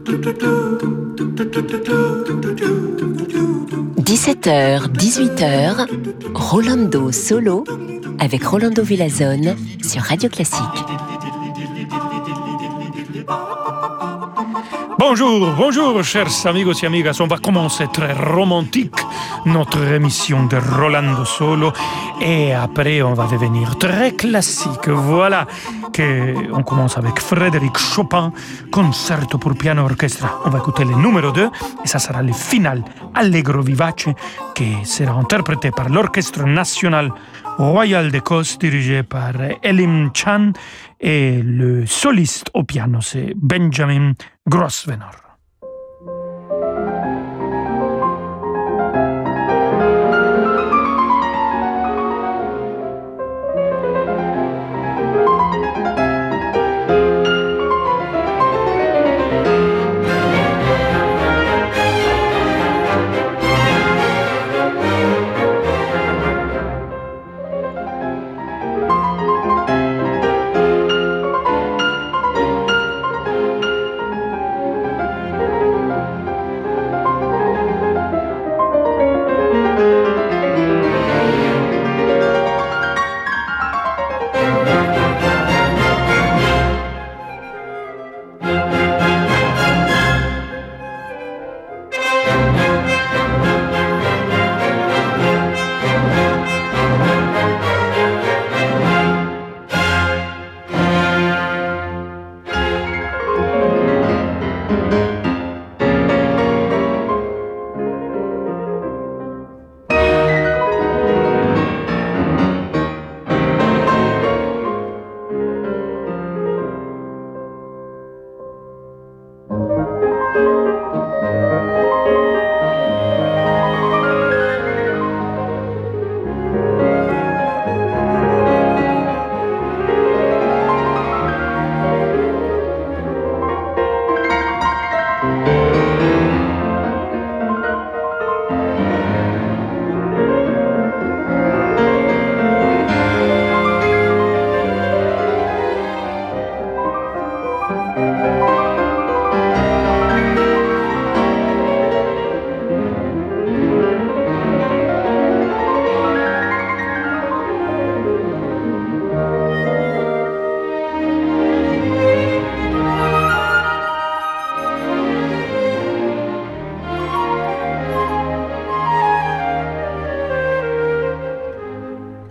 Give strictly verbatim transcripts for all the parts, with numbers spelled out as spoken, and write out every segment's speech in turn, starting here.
dix-sept heures, dix-huit heures, Rolando Solo avec Rolando Villazone sur Radio Classique. Bonjour, bonjour, chers amigos et amigas. On va commencer très romantique notre émission de Rolando Solo et après on va devenir très classique. Voilà que on commence avec Frédéric Chopin, concerto pour piano orchestra. On va écouter le numéro deux et ça sera le final Allegro Vivace qui sera interprété par l'Orchestre National Royal d'Écosse dirigé par Elim Chan et le soliste au piano c'est Benjamin Grosvenor.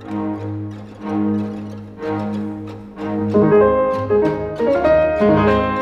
Thank you.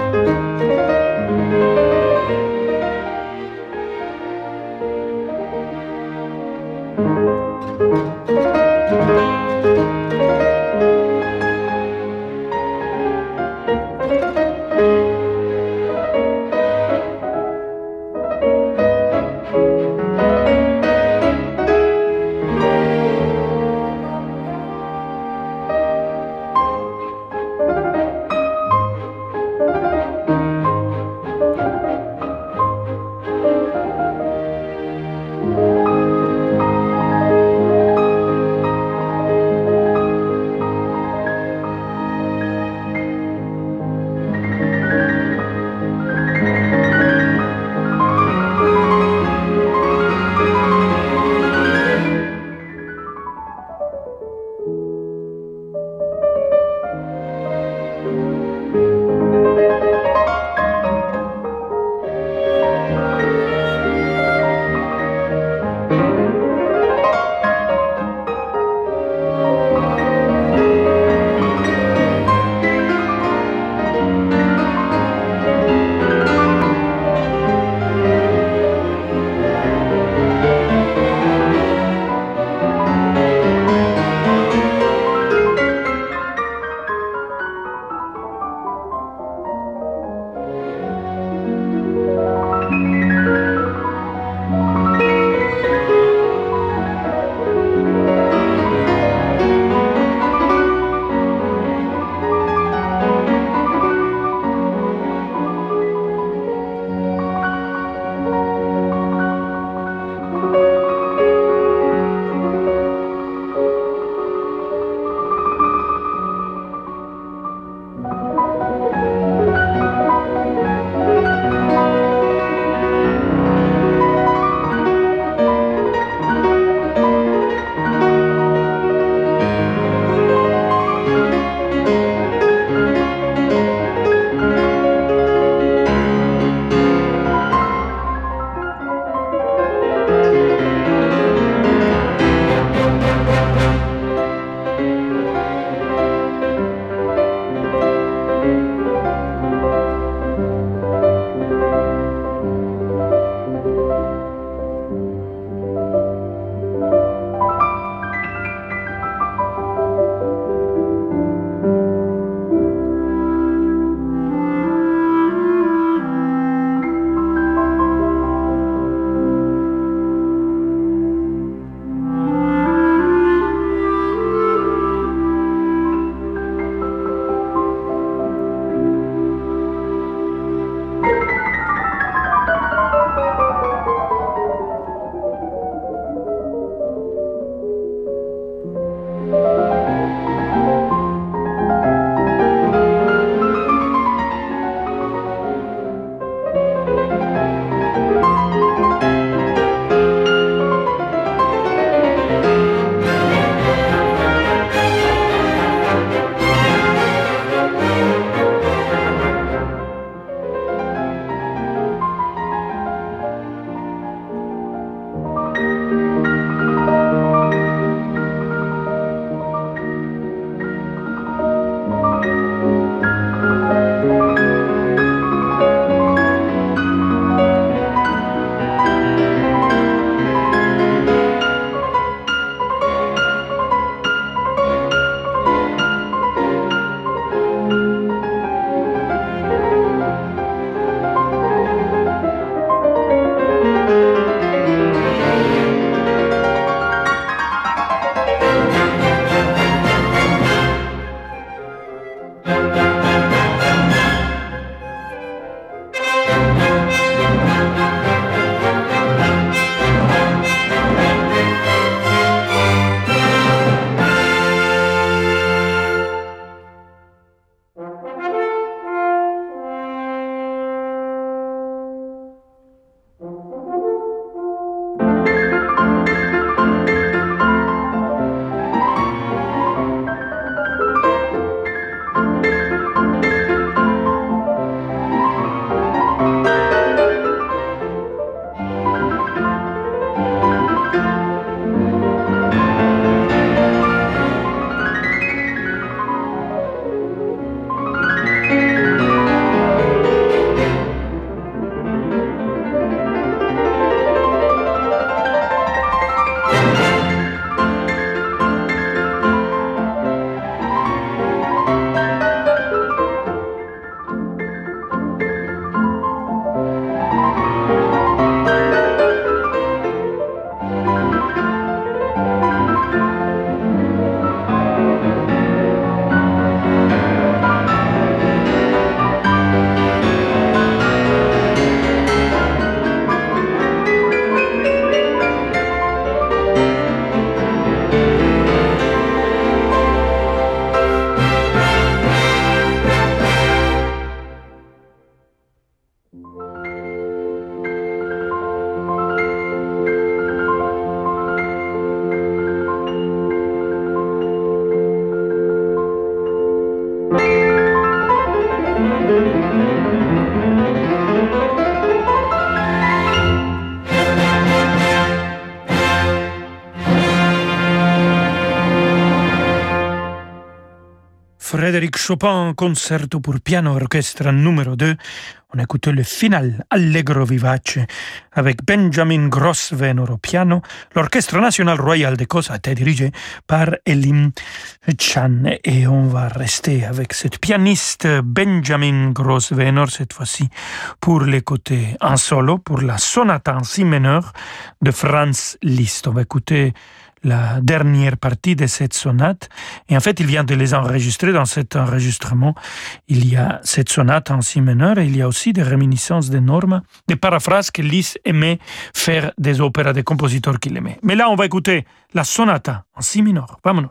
Frédéric Chopin, concerto pour piano orchestre numéro deux. On a écouté le final Allegro vivace avec Benjamin Grosvenor au piano. L'Orchestre national royal d'Écosse a été dirigé par Elim Chan. Et on va rester avec cette pianiste Benjamin Grosvenor, cette fois-ci pour l'écouter en solo, pour la sonate en si mineur de Franz Liszt. On va écouter la dernière partie de cette sonate. Et en fait, il vient de les enregistrer. Dans cet enregistrement, il y a cette sonate en si mineur et il y a aussi des réminiscences des normes, des paraphrases que Liszt aimait faire des opéras, des compositeurs qu'il aimait. Mais là, on va écouter la sonata en si mineur. Vamonos.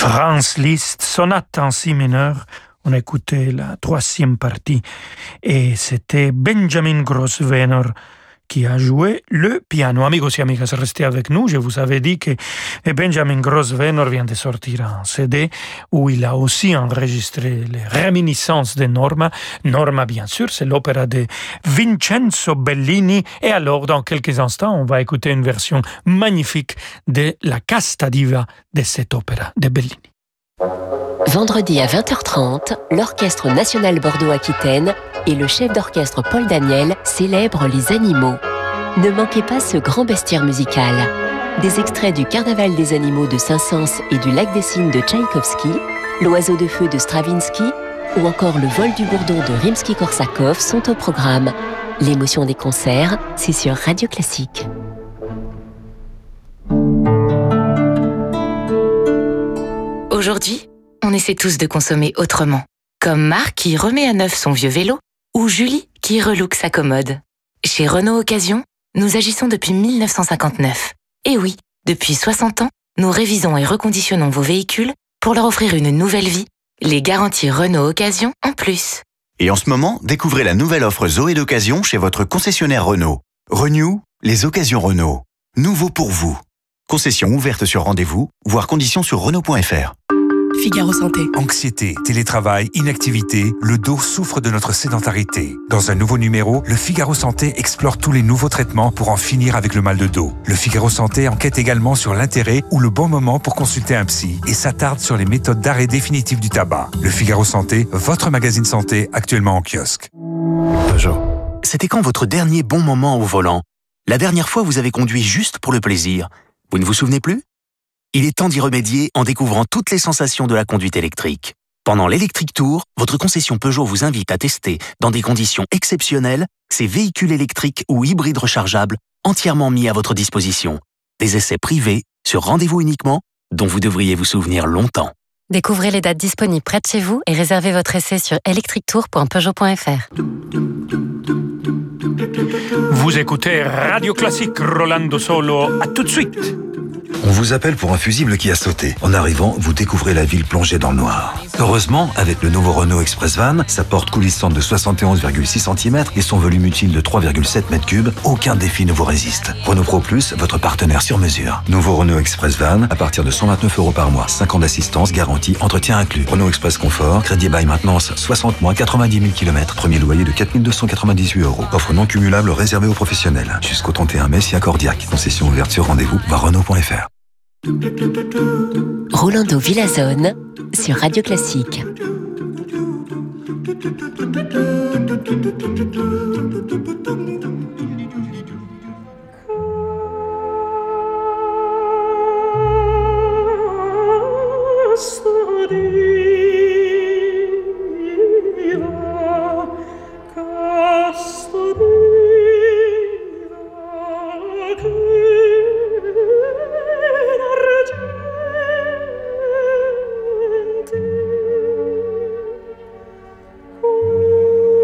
Franz Liszt, sonate en si mineur. On a écouté la troisième partie et c'était Benjamin Grosvenor qui a joué le piano. Amigos et amigas, restez avec nous. Je vous avais dit que Benjamin Grosvenor vient de sortir un C D où il a aussi enregistré les réminiscences de Norma. Norma, bien sûr, c'est l'opéra de Vincenzo Bellini. Et alors, dans quelques instants, on va écouter une version magnifique de la Casta Diva de cet opéra de Bellini. Vendredi à vingt heures trente, l'Orchestre National Bordeaux-Aquitaine et le chef d'orchestre Paul Daniel célèbrent les animaux. Ne manquez pas ce grand bestiaire musical. Des extraits du Carnaval des animaux de Saint-Saëns et du Lac des Cygnes de Tchaïkovski, L'Oiseau de feu de Stravinsky ou encore Le vol du bourdon de Rimsky-Korsakov sont au programme. L'émotion des concerts, c'est sur Radio Classique. Aujourd'hui, on essaie tous de consommer autrement. Comme Marc qui remet à neuf son vieux vélo ou Julie qui relook sa commode. Chez Renault Occasion, nous agissons depuis mille neuf cent cinquante-neuf. Et oui, depuis soixante ans, nous révisons et reconditionnons vos véhicules pour leur offrir une nouvelle vie. Les garanties Renault Occasion en plus. Et en ce moment, découvrez la nouvelle offre Zoé d'occasion chez votre concessionnaire Renault. Renew, les occasions Renault. Nouveau pour vous. Concession ouverte sur rendez-vous, voire conditions sur Renault point F R. Figaro Santé. Anxiété, télétravail, inactivité, le dos souffre de notre sédentarité. Dans un nouveau numéro, le Figaro Santé explore tous les nouveaux traitements pour en finir avec le mal de dos. Le Figaro Santé enquête également sur l'intérêt ou le bon moment pour consulter un psy et s'attarde sur les méthodes d'arrêt définitif du tabac. Le Figaro Santé, votre magazine santé actuellement en kiosque. Peugeot. C'était quand votre dernier bon moment au volant? La dernière fois, vous avez conduit juste pour le plaisir. Vous ne vous souvenez plus? Il est temps d'y remédier en découvrant toutes les sensations de la conduite électrique. Pendant l'Electric Tour, votre concession Peugeot vous invite à tester, dans des conditions exceptionnelles, ces véhicules électriques ou hybrides rechargeables entièrement mis à votre disposition. Des essais privés, sur rendez-vous uniquement, dont vous devriez vous souvenir longtemps. Découvrez les dates disponibles près de chez vous et réservez votre essai sur electric tour point peugeot point f r. Vous écoutez Radio Classique, Rolando Solo. À tout de suite. On vous appelle pour un fusible qui a sauté. En arrivant, vous découvrez la ville plongée dans le noir. Heureusement, avec le nouveau Renault Express Van, sa porte coulissante de soixante et onze virgule six centimètres et son volume utile de trois virgule sept mètres cubes, aucun défi ne vous résiste. Renault Pro Plus, votre partenaire sur mesure. Nouveau Renault Express Van, à partir de cent vingt-neuf euros par mois. cinq ans d'assistance, garantie, entretien inclus. Renault Express Confort, crédit bail maintenance, soixante mois, quatre-vingt-dix mille kilomètres. Premier loyer de quatre mille deux cent quatre-vingt-dix-huit euros. Offre non cumulable réservée aux professionnels. Jusqu'au trente et un mai, si accordiaque. Concession ouverte sur rendez-vous, voir Renault point F R. Rolando Villazone sur Radio Classique. Oh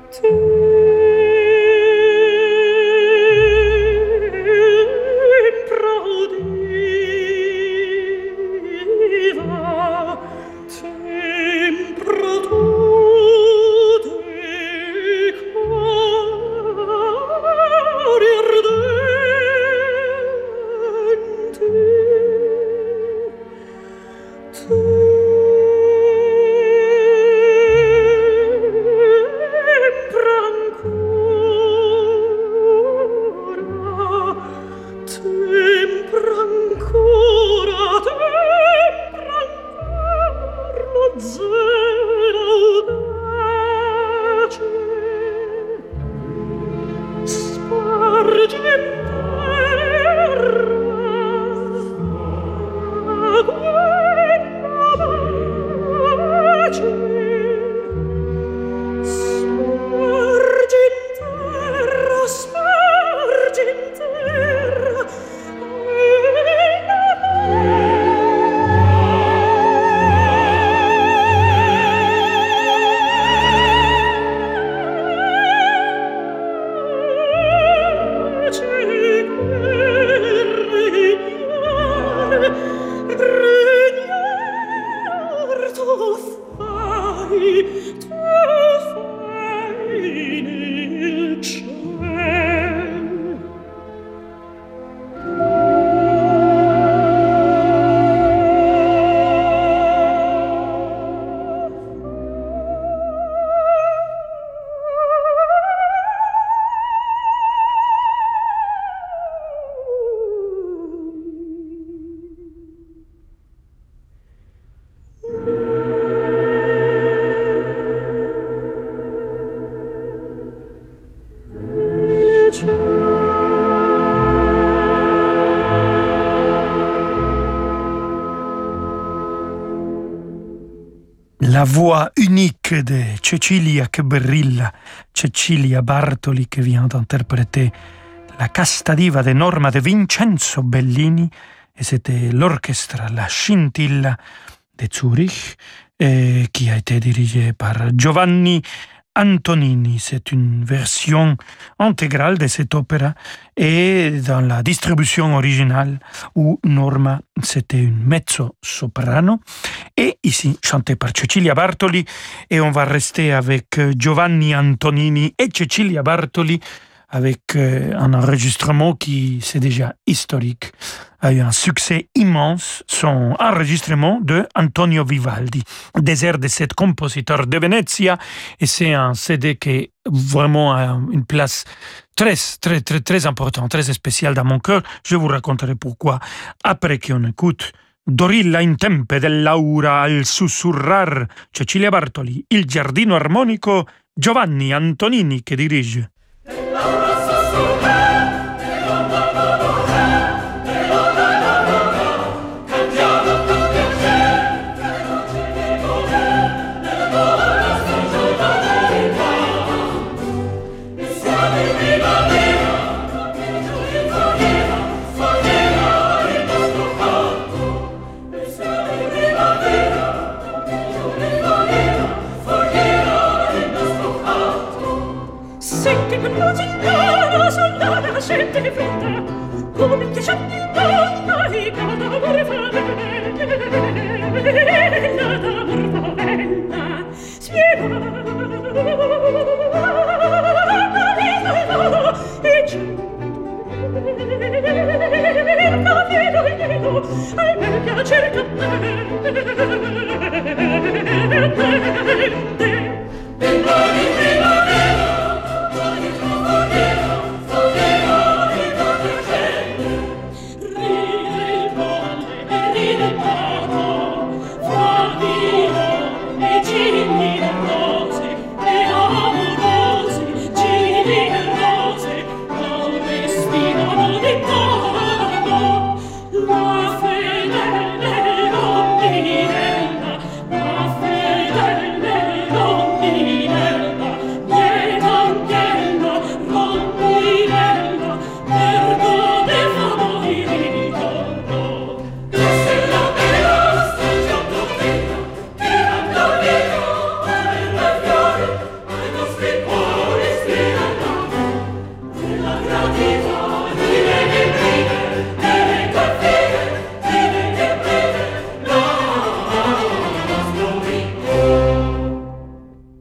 La voix unique de Cecilia che brilla, Cecilia Bartoli che vient d'interpréter la Casta Diva de Norma de Vincenzo Bellini, et c'était l'orchestre La Scintilla de Zurich, et qui a été dirigé par Giovanni Antonini. C'est une version intégrale de cette opéra et dans la distribution originale où Norma c'était une mezzo-soprano et ici chanté par Cecilia Bartoli, et on va rester avec Giovanni Antonini et Cecilia Bartoli avec un enregistrement qui c'est déjà historique, a eu un succès immense, son enregistrement de Antonio Vivaldi, des airs de cet compositeur de Venezia, et c'est un C D qui est vraiment à une place très, très, très, très importante, très spéciale dans mon cœur. Je vous raconterai pourquoi après qu'on écoute Dorilla in tempe dell'aura al sussurrar, Cecilia Bartoli, il giardino armonico, Giovanni Antonini che dirige. Sente di fronte, come ti scendi in donna, e cada d'amore favella, d'amore favella, spiega, e cerca, vedo, vedo, al bel piacer che Ride il molle, ride il molle,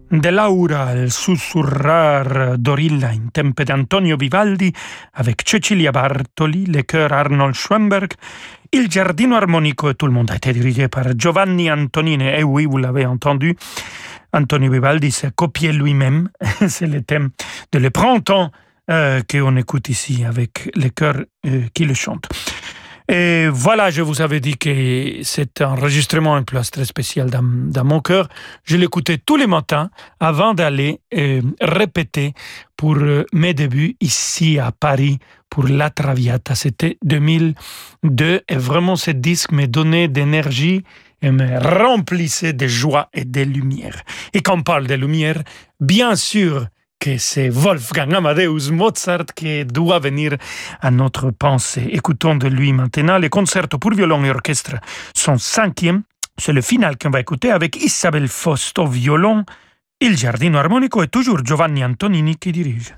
De Laura, il sussurrar d'Orilla in tempe d'Antonio Vivaldi, avec Cecilia Bartoli, le chœur Arnold Schoenberg, Il Giardino Armonico, et tout le monde a été dirigé par Giovanni Antonini. Et oui, vous l'avez entendu, Antonio Vivaldi s'est copié lui-même. C'est le thème de Le Printemps euh, qu'on écoute ici avec les chœurs euh, qui le chantent. Et voilà, je vous avais dit que cet enregistrement a une place très spéciale dans, dans mon cœur. Je l'écoutais tous les matins avant d'aller euh, répéter pour euh, mes débuts ici à Paris pour La Traviata. C'était deux mille deux et vraiment ce disque me donnait d'énergie et me remplissait de joie et de lumière. Et quand on parle de lumière, bien sûr que c'est Wolfgang Amadeus Mozart qui doit venir à notre pensée. Écoutons de lui maintenant le concerto pour violon et orchestre, son cinquième. C'est le final qu'on va écouter avec Isabelle Faust au violon, Il Giardino Armonico et toujours Giovanni Antonini qui dirige.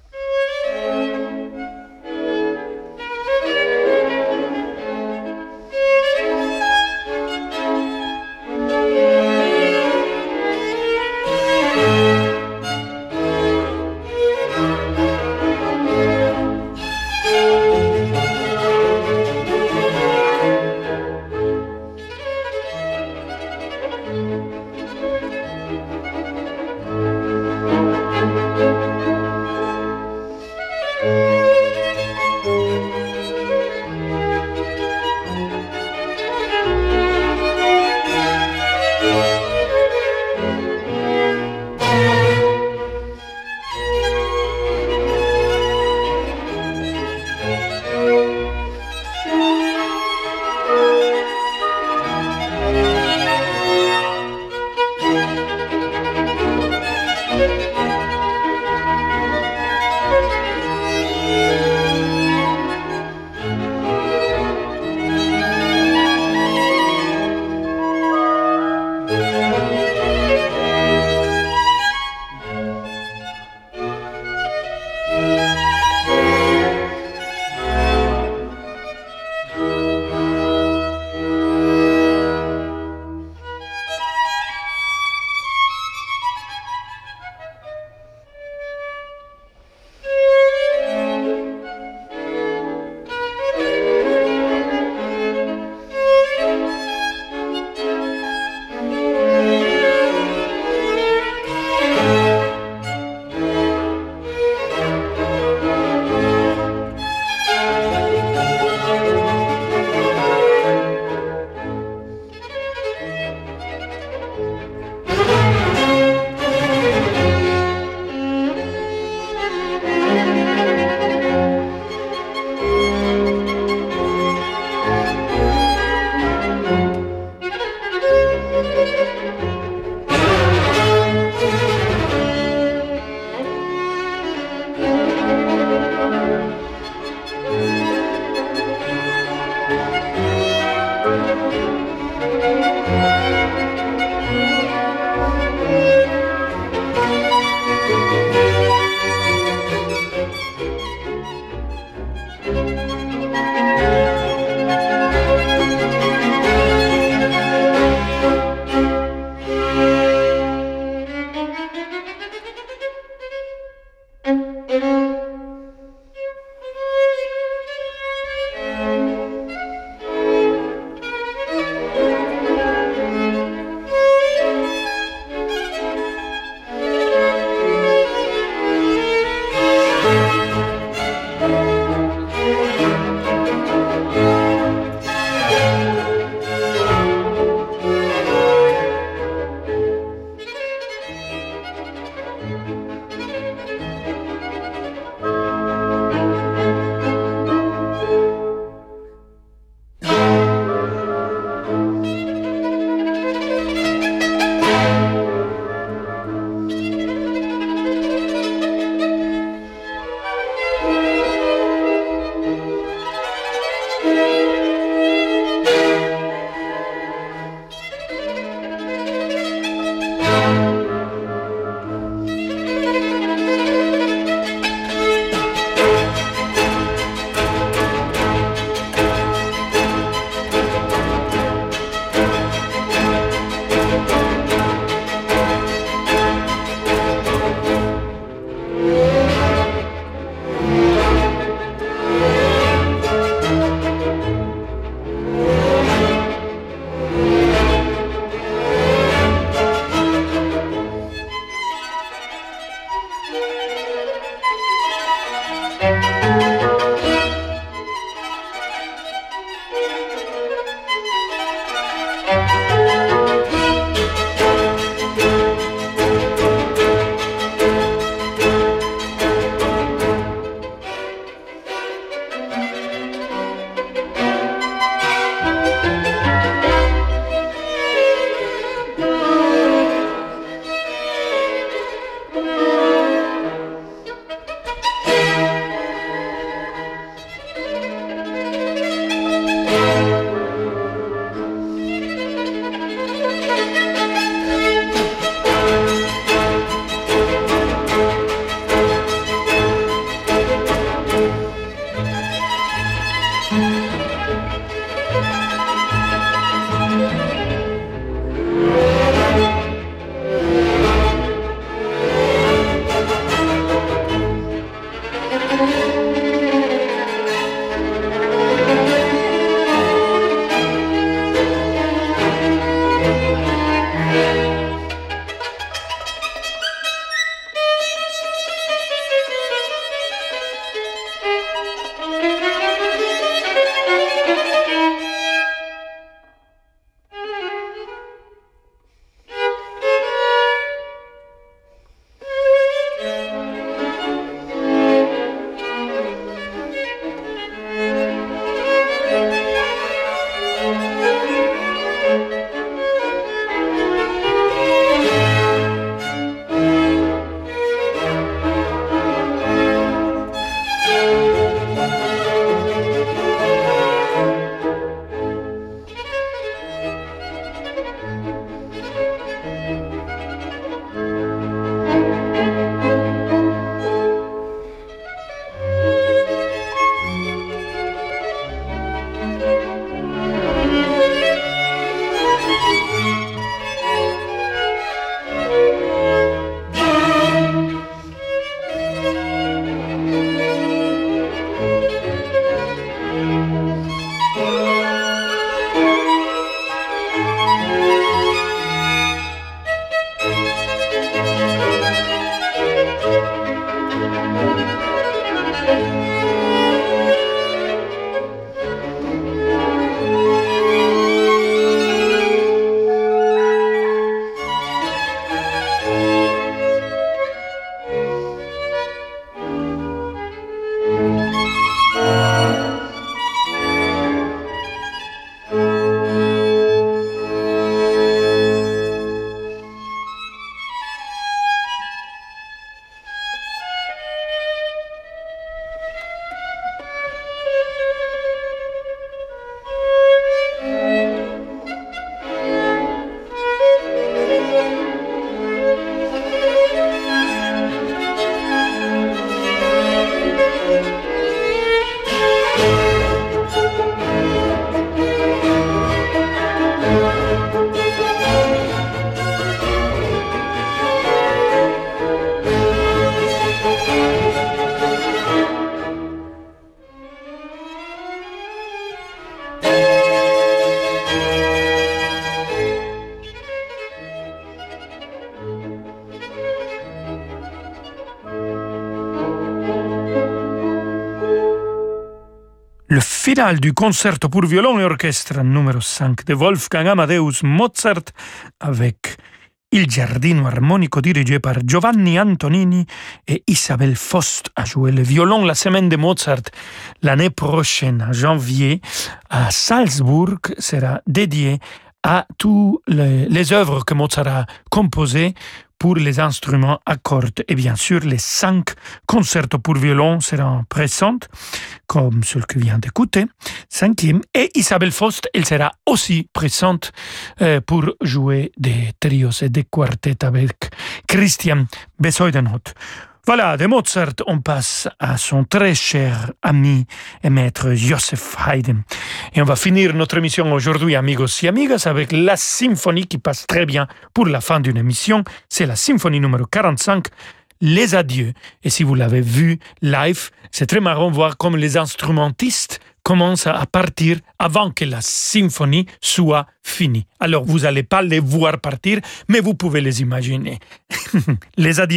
Le final du concerto pour violon et orchestre numéro cinq de Wolfgang Amadeus Mozart avec Il Giardino Armonico dirigé par Giovanni Antonini et Isabelle Faust a joué le violon. La semaine de Mozart l'année prochaine, en janvier, à Salzbourg, sera dédiée à toutes les, les œuvres que Mozart a composées pour les instruments à cordes. Et bien sûr, les cinq concertos pour violon seront présents, comme celui que vient d'écouter, cinquième. Et Isabelle Faust, elle sera aussi présente euh, pour jouer des trios et des quartets avec Christian Bezuidenhout. Voilà, de Mozart, on passe à son très cher ami et maître Joseph Haydn. Et on va finir notre émission aujourd'hui, amigos et amigas, avec la symphonie qui passe très bien pour la fin d'une émission. C'est la symphonie numéro quarante-cinq, Les Adieux. Et si vous l'avez vu live, c'est très marrant de voir comme les instrumentistes commencent à partir avant que la symphonie soit finie. Alors, vous n'allez pas les voir partir, mais vous pouvez les imaginer. Les Adieux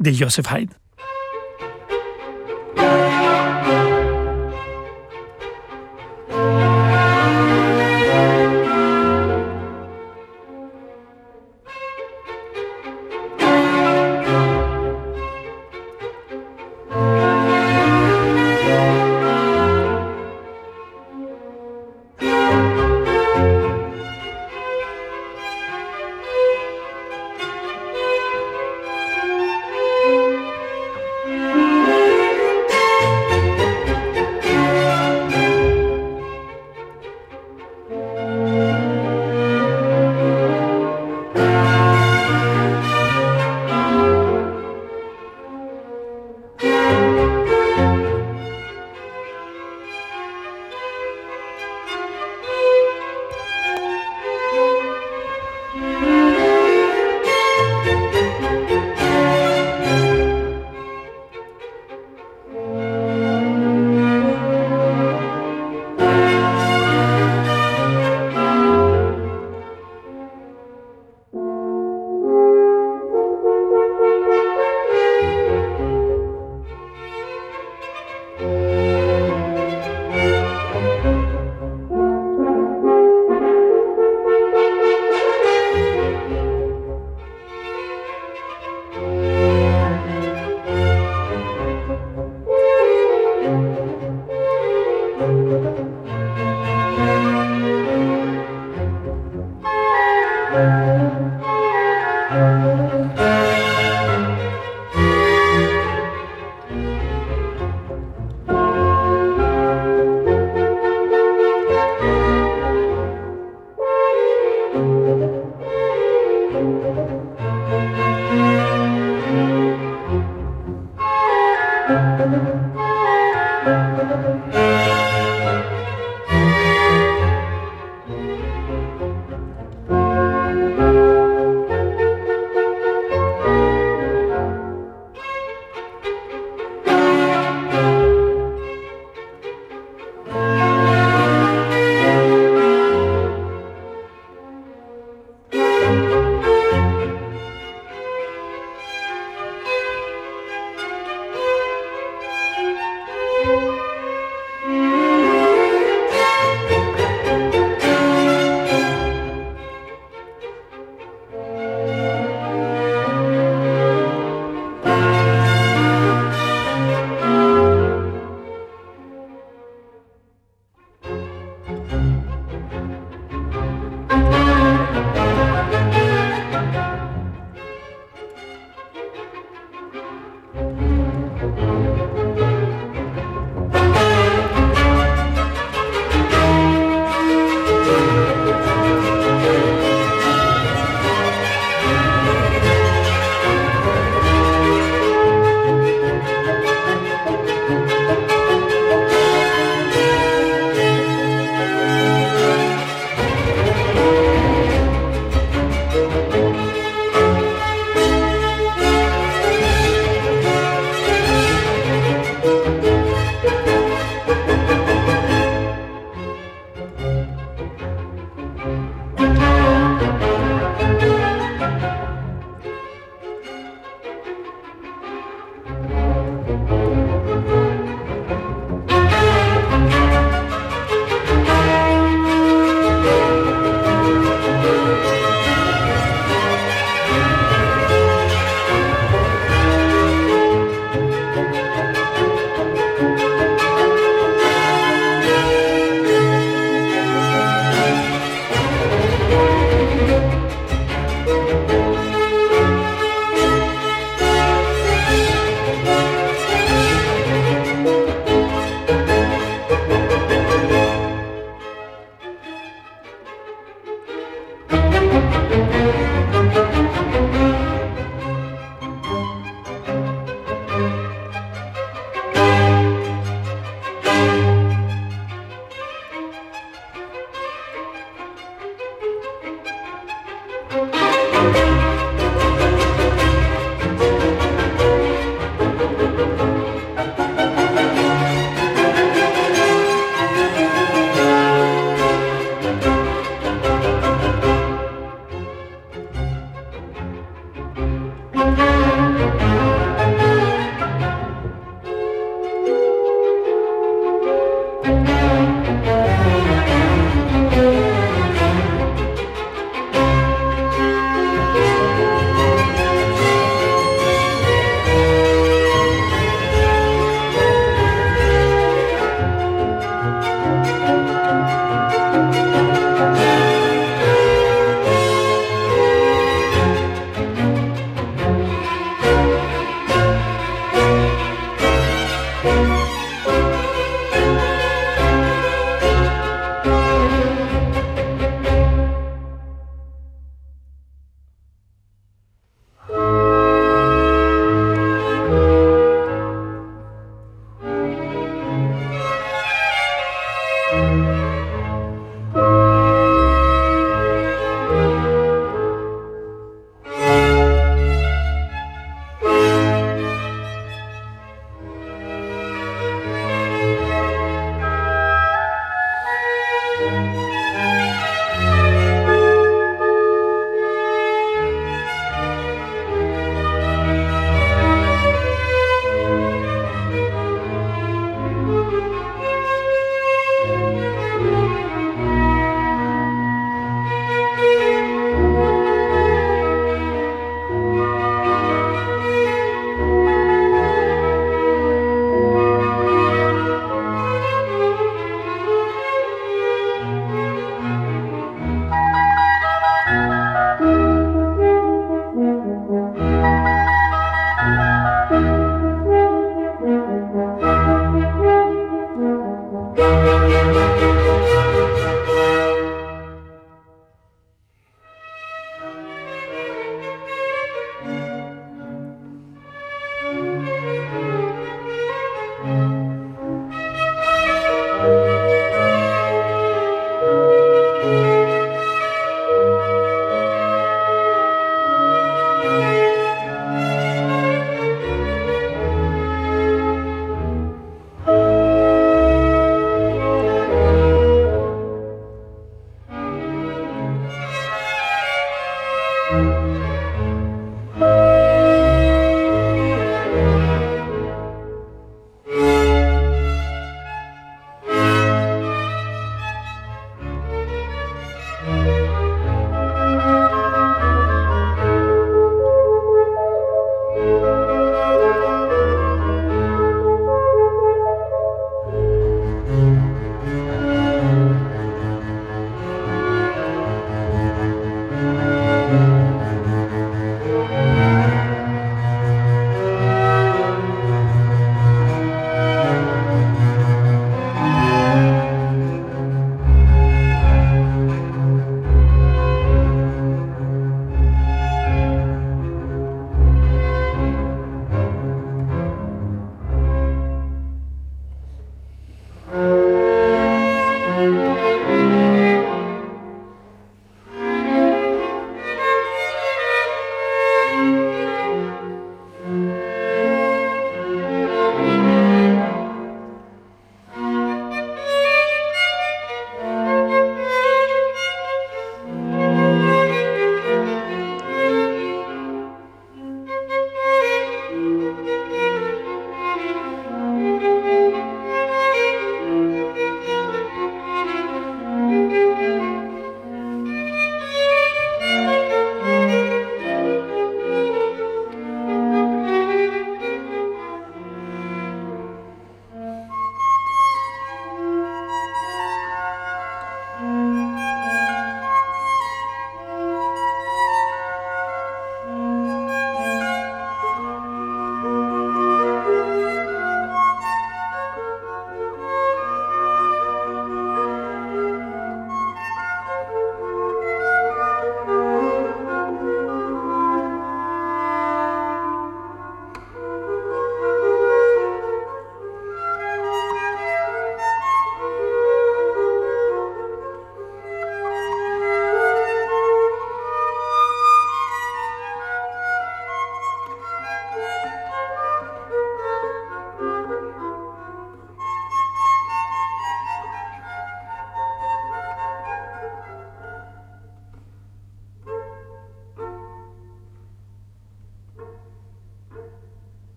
de Joseph Haydn.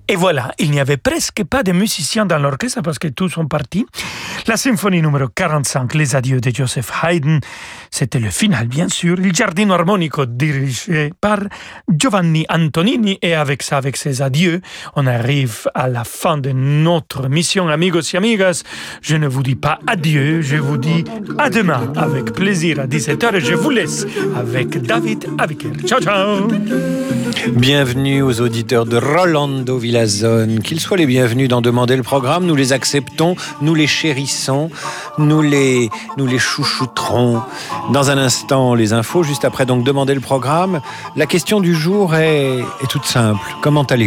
Et voilà, il n'y avait presque pas de musiciens dans l'orchestre parce que tous sont partis. La symphonie numéro quarante-cinq, Les Adieux de Joseph Haydn, c'était le final bien sûr. Il Giardino Armonico dirigé par Giovanni Antonini. Et avec ça, avec ces adieux, on arrive à la fin de notre mission, amigos et amigas. Je ne vous dis pas adieu, je vous dis à demain avec plaisir à dix-sept heures et je vous laisse avec David Aviker. Ciao, ciao! Bienvenue aux auditeurs de Rolando Villazone. Qu'ils soient les bienvenus dans Demander le programme. Nous les acceptons, nous les chérissons, nous les, nous les chouchouterons. Dans un instant, les infos. Juste après, donc, Demander le programme. La question du jour est, est toute simple. Comment allez-vous ?